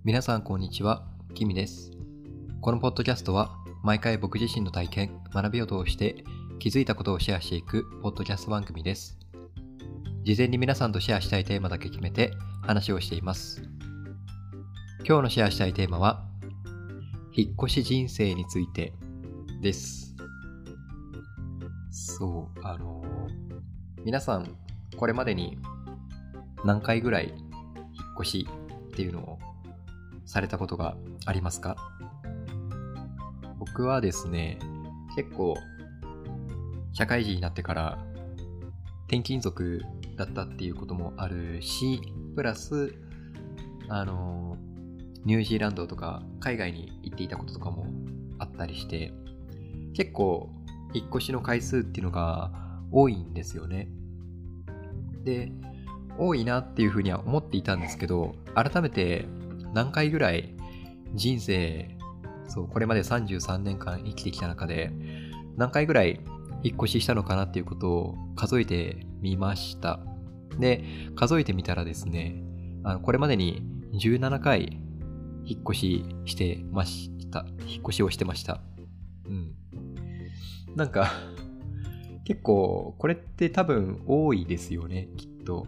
皆さんこんにちは、キミです。このポッドキャストは毎回僕自身の体験、学びを通して気づいたことをシェアしていくポッドキャスト番組です。事前に皆さんとシェアしたいテーマだけ決めて話をしています。今日のシェアしたいテーマは引っ越し人生についてです。皆さんこれまでに何回ぐらい引っ越しっていうのをされたことがありますか？僕はですね、結構社会人になってから転勤族だったっていうこともあるし、プラスニュージーランドとか海外に行っていたこととかもあったりして、結構引っ越しの回数っていうのが多いんですよね。で、多いなっていうふうには思っていたんですけど、改めて何回ぐらい人生、これまで33年間生きてきた中で何回ぐらい引っ越ししたのかなっていうことを数えてみました。で、数えてみたらですね、これまでに17回引っ越しをしてました。なんか結構これって多分多いですよね、きっと。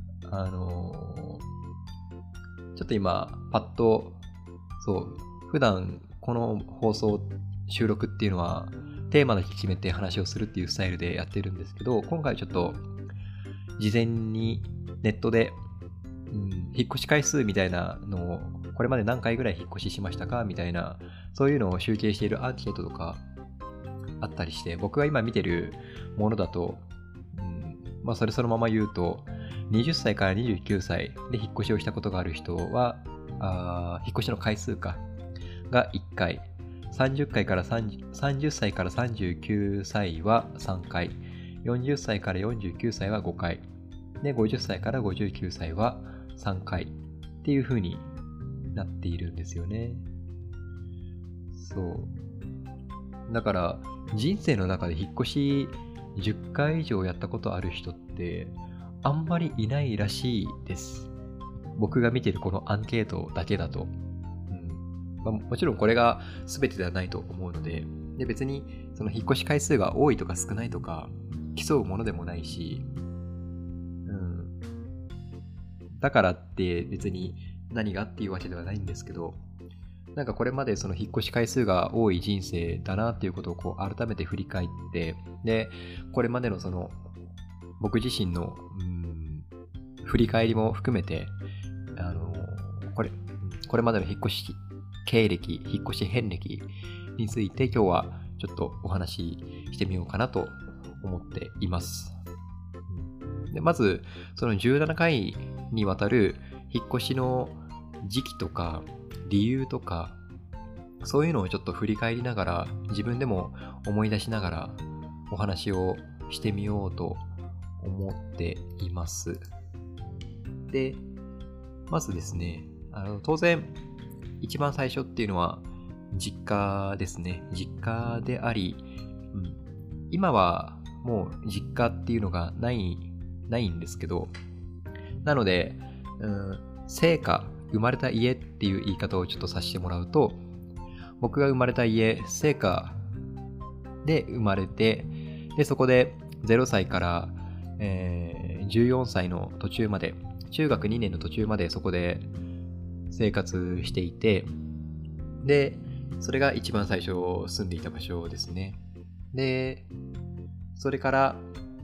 ちょっと今パッと普段この放送収録っていうのはテーマだけ決めて話をするっていうスタイルでやってるんですけど、今回ちょっと事前にネットで、引っ越し回数みたいなのをこれまで何回ぐらい引っ越ししましたかみたいな、そういうのを集計しているアンケートとかあったりして、僕が今見てるものだと、それそのまま言うと20歳から29歳で引っ越しをしたことがある人は引っ越しの回数が1回、30歳から39歳は3回、40歳から49歳は5回で、50歳から59歳は3回っていう風になっているんですよね。だから人生の中で引っ越し10回以上やったことある人ってあんまりいないらしいです。僕が見てるこのアンケートだけだと。もちろんこれが全てではないと思うので、別にその引っ越し回数が多いとか少ないとか競うものでもないし、だからって別に何がっていうわけではないんですけど、なんかこれまでその引っ越し回数が多い人生だなっていうことを改めて振り返って、でこれまでのその僕自身の振り返りも含めてこれまでの引っ越し経歴、引っ越し遍歴について今日はちょっとお話ししてみようかなと思っています。でまずその17回にわたる引っ越しの時期とか理由とか、そういうのをちょっと振り返りながら、自分でも思い出しながらお話をしてみようと思っています。で、まずですね、当然一番最初っていうのは実家ですね。実家であり、今はもう実家っていうのがないんですけど、なので生家、生まれた家っていう言い方をちょっとさせてもらうと、僕が生まれた家、生家で生まれて、でそこで0歳から、14歳の途中まで、中学2年の途中までそこで生活していて、でそれが一番最初住んでいた場所ですね。でそれから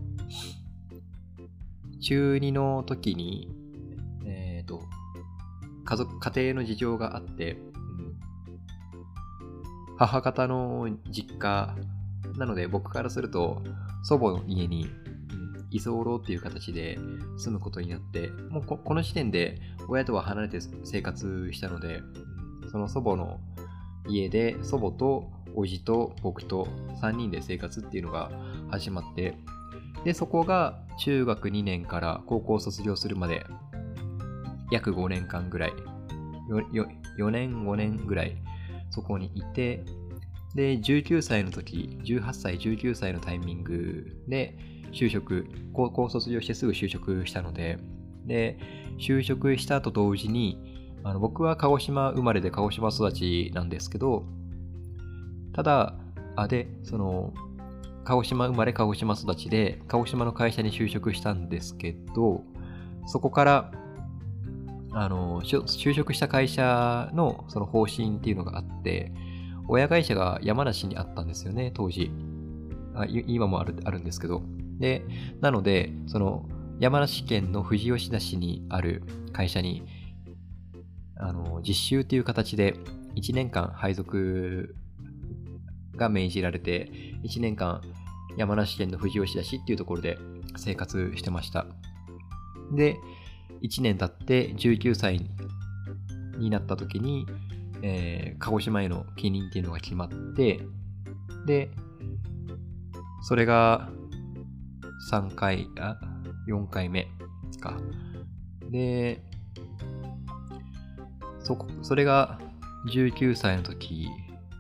中2の時に家庭の事情があって、母方の実家なので、僕からすると祖母の家に居候っていう形で住むことになって、もうこの時点で親とは離れて生活したので、その祖母の家で祖母と叔父と僕と3人で生活っていうのが始まって、でそこが中学2年から高校卒業するまで約5年間ぐらい、4年5年ぐらいそこにいて、で19歳の時、18歳19歳のタイミングで就職、高校卒業してすぐ就職したので、で就職したと同時に僕は鹿児島生まれで鹿児島育ちなんですけど、ただ、鹿児島生まれ鹿児島育ちで、鹿児島の会社に就職したんですけど、そこから、就職した会社のその方針っていうのがあって、親会社が山梨にあったんですよね、当時。今もあるんですけど。で、なので、その山梨県の富士吉田市にある会社に、実習っていう形で1年間配属が命じられて、1年間山梨県の富士吉田市っていうところで生活してました。で、1年経って19歳になった時に、鹿児島への帰任っていうのが決まって、で、それが4回目か。で、それが19歳の時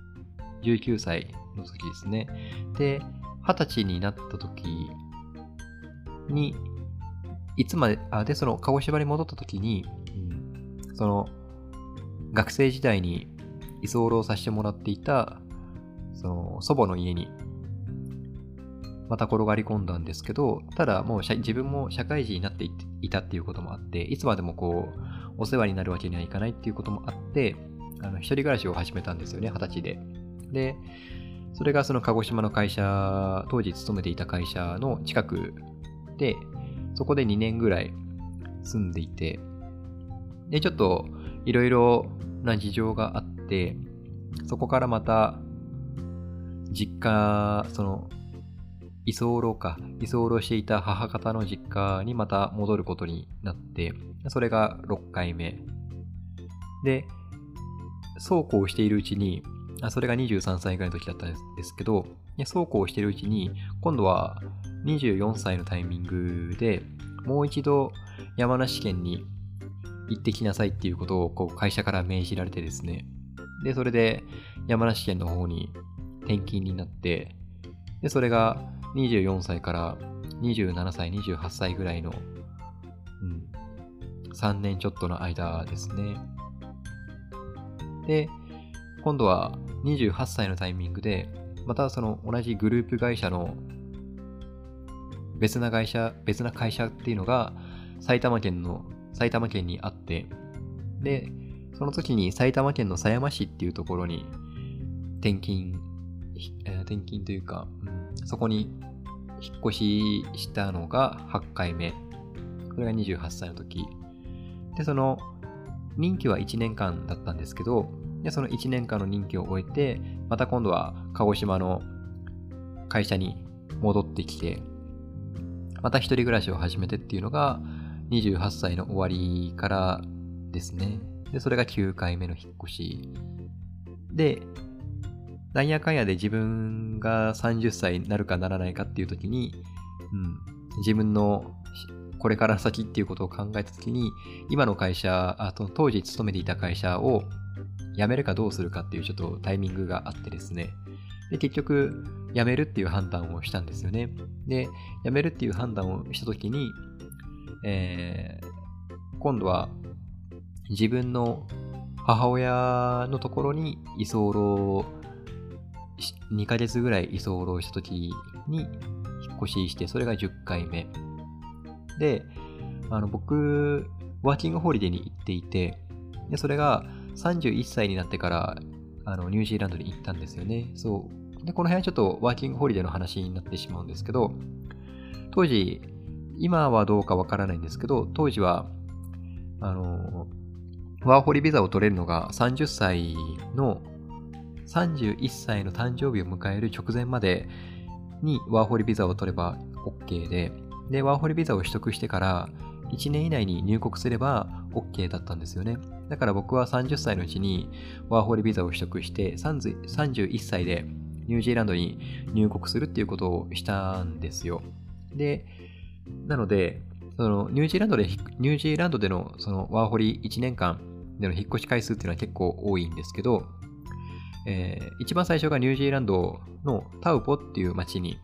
ですね。で、20歳になった時に、その鹿児島に戻った時に、その学生時代に居候させてもらっていた、その祖母の家にまた転がり込んだんですけど、ただもう自分も社会人になっていたっていうこともあって、いつまでもお世話になるわけにはいかないっていうこともあって、一人暮らしを始めたんですよね、20歳で。で、それがその鹿児島の会社、当時勤めていた会社の近くで、そこで2年ぐらい住んでいて、で、ちょっといろいろな事情があって、そこからまた実家、居候していた母方の実家にまた戻ることになって、それが6回目。で、そうこうしているうちに、それが23歳ぐらいの時だったんですけど、そうこうしているうちに、今度は24歳のタイミングで、もう一度山梨県に行ってきなさいっていうことを会社から命じられてですね。で、それで山梨県の方に転勤になって、で、それが24歳から27歳、28歳ぐらいの、3年ちょっとの間ですね。で、今度は28歳のタイミングで、またその同じグループ会社の別な会社っていうのが埼玉県にあって、で、その時に埼玉県の狭山市っていうところに転勤というか、そこに引っ越ししたのが8回目。これが28歳の時。で、その任期は1年間だったんですけど、でその1年間の任期を終えて、また今度は鹿児島の会社に戻ってきて、また一人暮らしを始めてっていうのが28歳の終わりからですね。で、それが9回目の引っ越し。で、なんやかんやで自分が30歳になるかならないかっていう時に、自分のこれから先っていうことを考えた時に、今の会社、当時勤めていた会社を辞めるかどうするかっていうちょっとタイミングがあってですね。で、結局、辞めるっていう判断をしたんですよね。で、辞めるっていう判断をした時に、今度は自分の母親のところに2ヶ月ぐらい居候した時に引っ越しして、それが10回目。で、僕、ワーキングホリデーに行っていて、で、それが31歳になってから、ニュージーランドに行ったんですよね。そう。で、この辺はちょっとワーキングホリデーの話になってしまうんですけど、当時、今はどうかわからないんですけど、当時は、ワーホリビザを取れるのが31歳の誕生日を迎える直前までにワーホリビザを取れば OK で、ワーホリビザを取得してから1年以内に入国すれば OK だったんですよね。だから僕は30歳のうちにワーホリビザを取得して31歳でニュージーランドに入国するっていうことをしたんですよ。で、なので、ニュージーランドでのそのワーホリ1年間での引っ越し回数っていうのは結構多いんですけど、一番最初がニュージーランドのタウポっていう町に、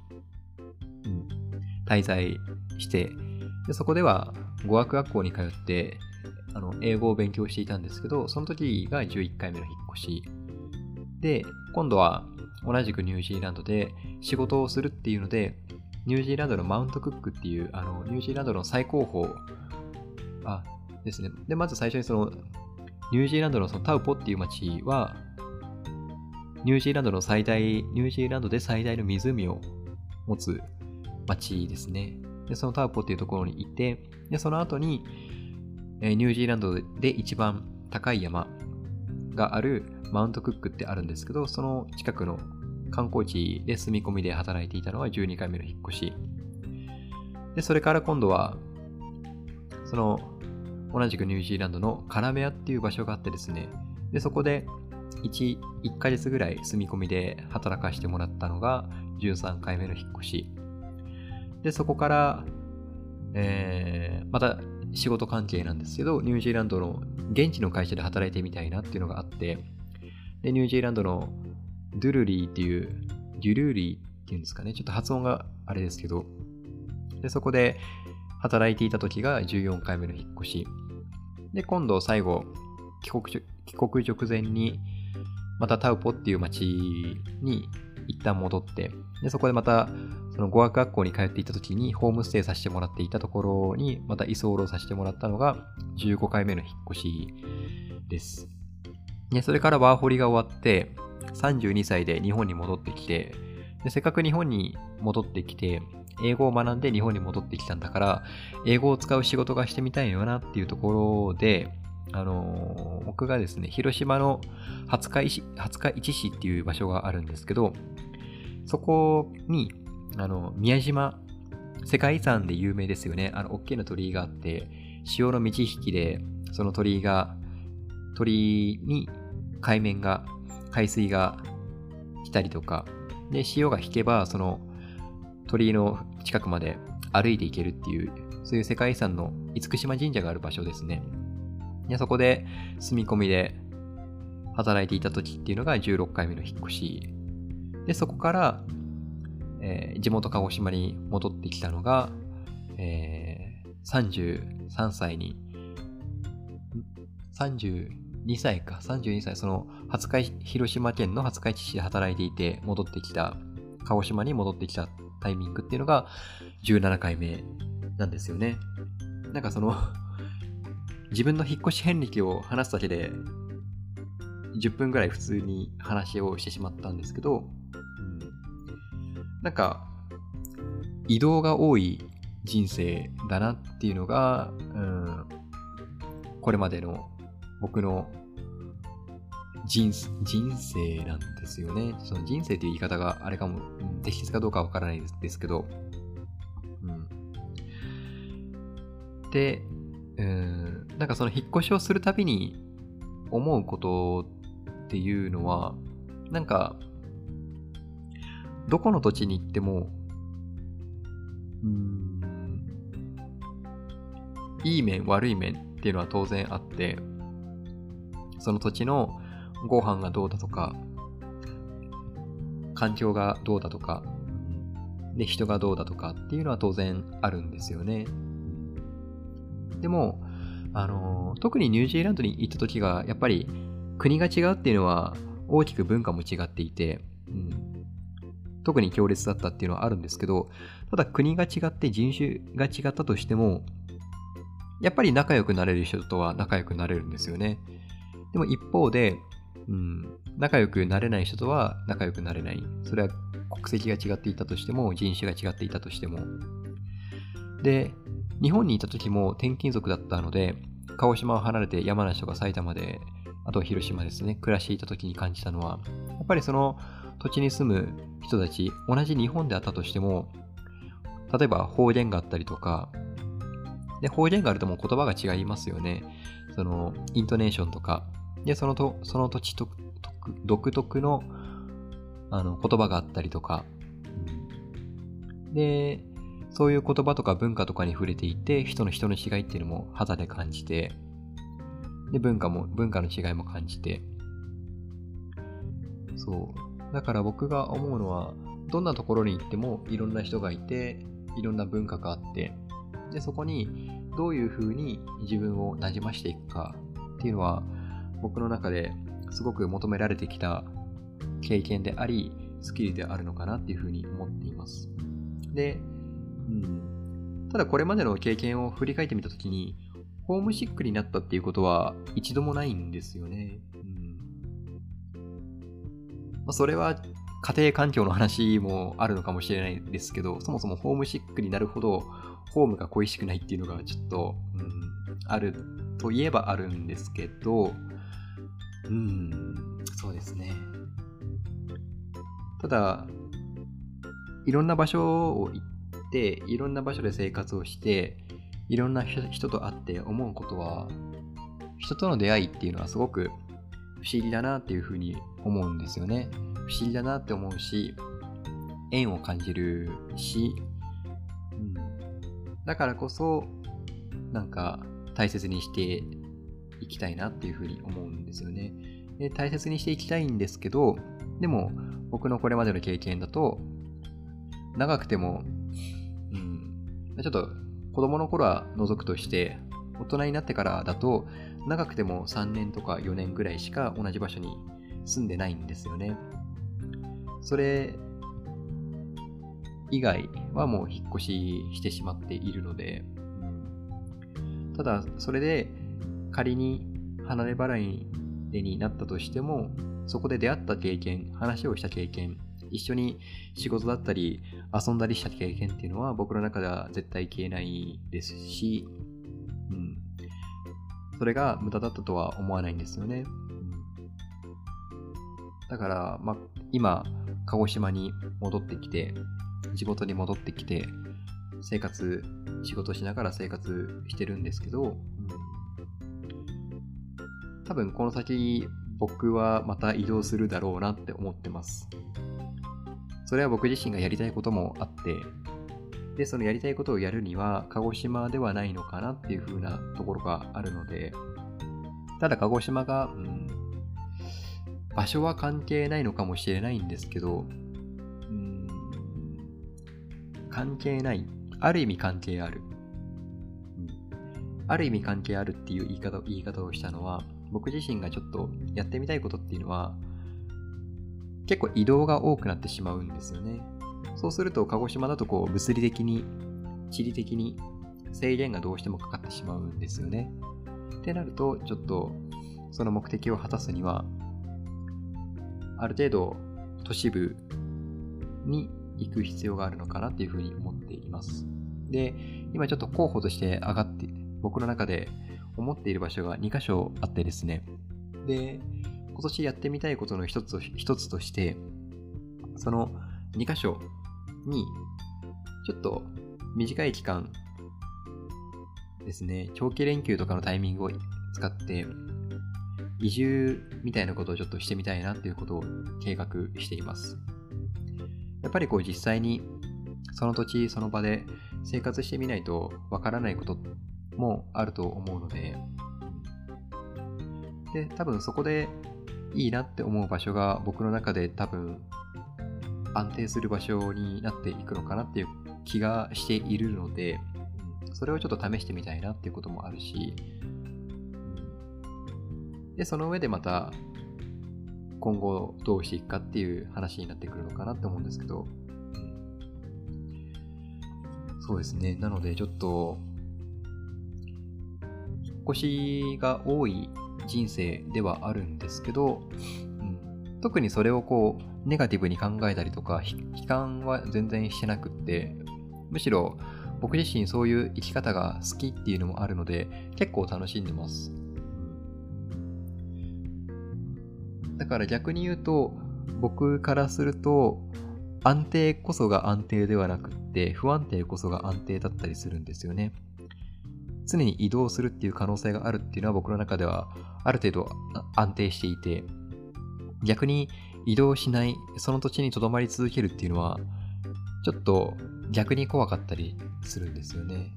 滞在して、でそこでは語学学校に通って英語を勉強していたんですけど、その時が11回目の引っ越し。で、今度は同じくニュージーランドで仕事をするっていうので、ニュージーランドのマウントクックっていう、ニュージーランドの最高峰、ですね。で、まず最初にニュージーランドのタウポっていう町は、ニュージーランドで最大の湖を持つ町ですね。で、そのタウポっていうところにいて、で、その後に、ニュージーランドで一番高い山があるマウントクックってあるんですけど、その近くの観光地で住み込みで働いていたのは12回目の引っ越し。で、それから今度は、同じくニュージーランドのカラメアっていう場所があってですね、で、そこで1ヶ月ぐらい住み込みで働かせてもらったのが13回目の引っ越し。で、そこから、また仕事関係なんですけど、ニュージーランドの現地の会社で働いてみたいなっていうのがあって、で、ニュージーランドのデュルーリーっていうんですかね、ちょっと発音があれですけど、で、そこで働いていた時が14回目の引っ越し。で、今度最後、帰国直前に、またタウポっていう町に一旦戻って、で、そこでまた、語学学校に通っていた時にホームステイさせてもらっていたところに、また居候させてもらったのが15回目の引っ越しです。で、それからワーホリが終わって、32歳で日本に戻ってきて、で、せっかく日本に戻ってきて、英語を学んで日本に戻ってきたんだから、英語を使う仕事がしてみたいよなっていうところで、僕がですね、広島の廿日市市っていう場所があるんですけど、そこに、宮島、世界遺産で有名ですよね。大きな鳥居があって、潮の満ち引きで、その鳥居に海水が来たりとか、で、潮が引けば、その鳥居の近くまで歩いていけるっていう、そういう世界遺産の厳島神社がある場所ですね。で、そこで住み込みで働いていた時っていうのが16回目の引っ越し。で、そこから、地元鹿児島に戻ってきたのが、32歳、広島県の廿日市市で働いていて鹿児島に戻ってきたタイミングっていうのが17回目なんですよね。なんか自分の引っ越し遍歴を話すだけで10分ぐらい普通に話をしてしまったんですけど、なんか移動が多い人生だなっていうのが、これまでの僕の人生なんですよね。その人生という言い方があれかも、適切かどうかわからないですけど、で、なんかその引っ越しをするたびに思うことっていうのは、なんかどこの土地に行っても、いい面悪い面っていうのは当然あって、その土地のご飯がどうだとか、環境がどうだとか、で、人がどうだとかっていうのは当然あるんですよね。でも、特にニュージーランドに行った時が、やっぱり国が違うっていうのは大きく文化も違っていて、特に強烈だったっていうのはあるんですけど、ただ国が違って人種が違ったとしても、やっぱり仲良くなれる人とは仲良くなれるんですよね。でも一方で、仲良くなれない人とは仲良くなれない。それは国籍が違っていたとしても、人種が違っていたとしても。で、日本にいた時も転勤族だったので、鹿児島を離れて山梨とか埼玉で、あと広島ですね、暮らしていた時に感じたのは、やっぱりその土地に住む人たち、同じ日本であったとしても、例えば方言があったりとか、で、方言があるともう言葉が違いますよね。そのイントネーションとか、で、その土地独特の言葉があったりとか、で、そういう言葉とか文化とかに触れていて、人の違いっていうのも肌で感じて、で、文化の違いも感じて、そう。だから僕が思うのは、どんなところに行ってもいろんな人がいて、いろんな文化があって、で、そこにどういうふうに自分をなじましていくかっていうのは、僕の中ですごく求められてきた経験であり、スキルであるのかなっていうふうに思っています。で、ただこれまでの経験を振り返ってみたときに、ホームシックになったっていうことは一度もないんですよね。それは家庭環境の話もあるのかもしれないですけど、そもそもホームシックになるほどホームが恋しくないっていうのがちょっと、あるといえばあるんですけど、そうですね。ただ、いろんな場所を行って、いろんな場所で生活をして、いろんな人と会って思うことは、人との出会いっていうのはすごく不思議だなっていうふうに思うんですよね。不思議だなって思うし、縁を感じるし、だからこそ、なんか大切にしていきたいなっていうふうに思うんですよね。で、大切にしていきたいんですけど、でも僕のこれまでの経験だと、長くても、ちょっと子供の頃は除くとして、大人になってからだと、長くても3年とか4年ぐらいしか同じ場所に住んでないんですよね。それ以外はもう引っ越ししてしまっているので、ただそれで仮に離れ離れになったとしても、そこで出会った経験、話をした経験、一緒に仕事だったり遊んだりした経験っていうのは僕の中では絶対消えないですし、それが無駄だったとは思わないんですよね。だから、今鹿児島に戻ってきて、地元に戻ってきて仕事しながら生活してるんですけど、多分この先僕はまた移動するだろうなって思ってます。それは僕自身がやりたいこともあって、で、そのやりたいことをやるには鹿児島ではないのかなっていう風なところがあるので、ただ鹿児島が、場所は関係ないのかもしれないんですけど、関係ない。ある意味関係ある。ある意味関係あるっていう言い方をしたのは、僕自身がちょっとやってみたいことっていうのは、結構移動が多くなってしまうんですよね。そうすると鹿児島だと物理的に、地理的に制限がどうしてもかかってしまうんですよね。ってなると、ちょっとその目的を果たすには、ある程度都市部に行く必要があるのかなっていうふうに思っています。で、今ちょっと候補として上がって、僕の中で思っている場所が2カ所あってですね。で、今年やってみたいことの一つとして、その2カ所にちょっと短い期間ですね、長期連休とかのタイミングを使って移住みたいなことをちょっとしてみたいなっていうことを計画しています。やっぱり実際にその土地その場で生活してみないとわからないこともあると思うので、多分そこでいいなって思う場所が僕の中で多分安定する場所になっていくのかなっていう気がしているので、それをちょっと試してみたいなっていうこともあるし、で、その上でまた今後どうしていくかっていう話になってくるのかなって思うんですけど、そうですね。なのでちょっと引っ越しが多い人生ではあるんですけど、特にそれをネガティブに考えたりとか悲観は全然してなくって、むしろ僕自身そういう生き方が好きっていうのもあるので結構楽しんでます。だから逆に言うと、僕からすると安定こそが安定ではなくって不安定こそが安定だったりするんですよね。常に移動するっていう可能性があるっていうのは僕の中ではある程度安定していて、逆に移動しない、その土地に留まり続けるっていうのはちょっと逆に怖かったりするんですよね。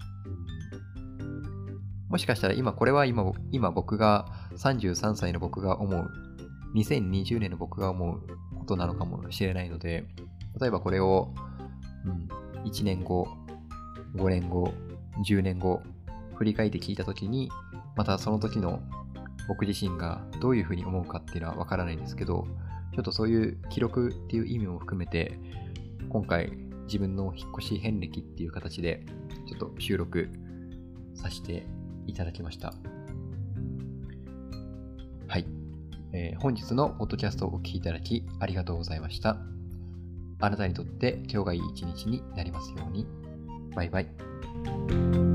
もしかしたら今僕が33歳の僕が思う、2020年の僕が思うことなのかもしれないので、例えばこれを、1年後、5年後、10年後、 振り返って聞いたときに、またその時の僕自身がどういうふうに思うかっていうのはわからないんですけど、ちょっとそういう記録っていう意味も含めて、今回自分の引っ越し遍歴っていう形でちょっと収録させていただきました。はい。本日のポッドキャストをお聞きいただきありがとうございました。あなたにとって今日がいい一日になりますように。バイバイ。